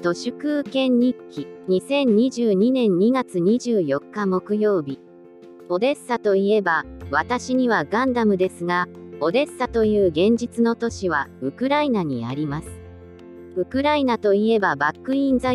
都市空権日記2022年2月24日木曜日。オデッサといえば、私にはガンダムですが、オデッサという現実の都市はウクライナにあります。ウクライナといえばバックインザ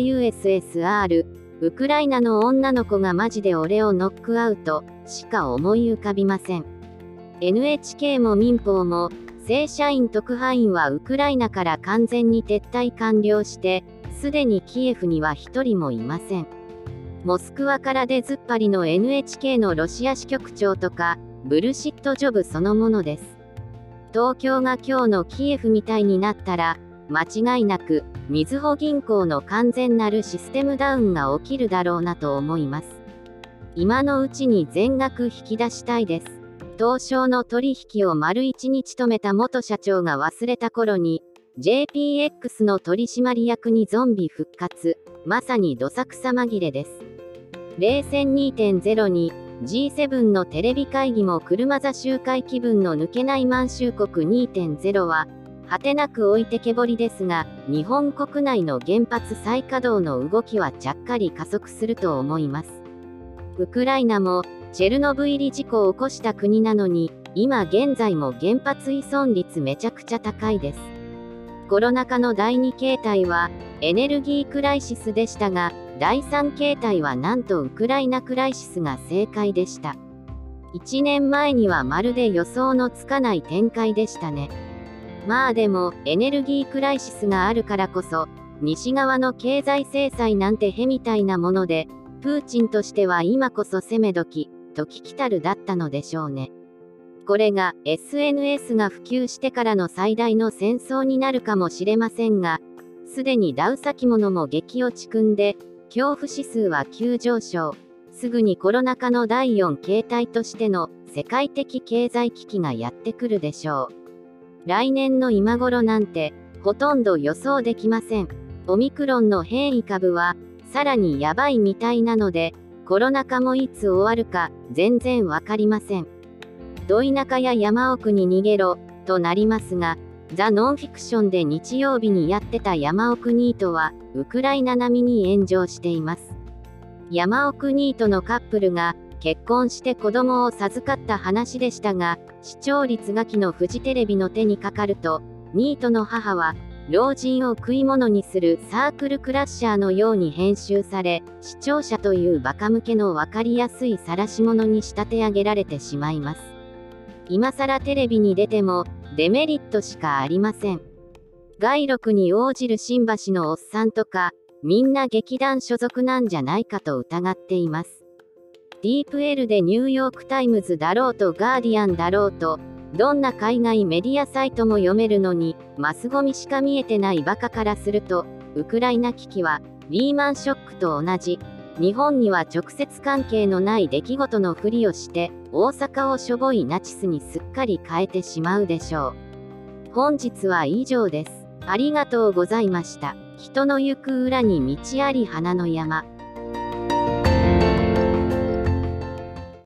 USSR、ウクライナの女の子がマジで俺をノックアウトしか思い浮かびません。NHK も民放も、正社員特派員はウクライナから完全に撤退完了して、すでにキエフには一人もいません。モスクワから出ずっぱりの NHK のロシア支局長とか、ブルシットジョブそのものです。東京が今日のキエフみたいになったら、間違いなく、みずほ銀行の完全なるシステムダウンが起きるだろうなと思います。今のうちに全額引き出したいです。東証の取引を丸1日止めた元社長が忘れた頃に、JPX の取締役にゾンビ復活、まさにどさくさ紛れです。冷戦 2.0 に、G7 のテレビ会議も車座集会気分の抜けない満州国 2.0 は、果てなく置いてけぼりですが、日本国内の原発再稼働の動きはちゃっかり加速すると思います。ウクライナも、チェルノブイリ事故を起こした国なのに、今現在も原発依存率めちゃくちゃ高いです。コロナ禍の第2形態は、エネルギークライシスでしたが、第3形態はなんとウクライナクライシスが正解でした。1年前にはまるで予想のつかない展開でしたね。まあでも、エネルギークライシスがあるからこそ、西側の経済制裁なんてへみたいなもので、プーチンとしては今こそ攻め時、時来たるだったのでしょうね。これが SNS が普及してからの最大の戦争になるかもしれませんが、すでにダウ先物も激落ち組んで、恐怖指数は急上昇。すぐにコロナ禍の第4形態としての世界的経済危機がやってくるでしょう。来年の今頃なんてほとんど予想できません。オミクロンの変異株はさらにやばいみたいなので、コロナ禍もいつ終わるか全然わかりません。ど田舎や山奥に逃げろとなりますが、ザ・ノンフィクションで日曜日にやってた山奥ニートはウクライナ並みに炎上しています。山奥ニートのカップルが結婚して子供を授かった話でしたが、視聴率がきのフジテレビの手にかかると、ニートの母は老人を食い物にするサークルクラッシャーのように編集され、視聴者というバカ向けの分かりやすい晒し物に仕立て上げられてしまいます。今更テレビに出てもデメリットしかありません。街録に応じる新橋のおっさんとか、みんな劇団所属なんじゃないかと疑っています。ディープ L でニューヨークタイムズだろうとガーディアンだろうと、どんな海外メディアサイトも読めるのに、マスゴミしか見えてないバカからすると、ウクライナ危機は、リーマンショックと同じ、日本には直接関係のない出来事のふりをして、大阪をしょぼいナチスにすっかり変えてしまうでしょう。本日は以上です。ありがとうございました。人の行く裏に道あり花の山。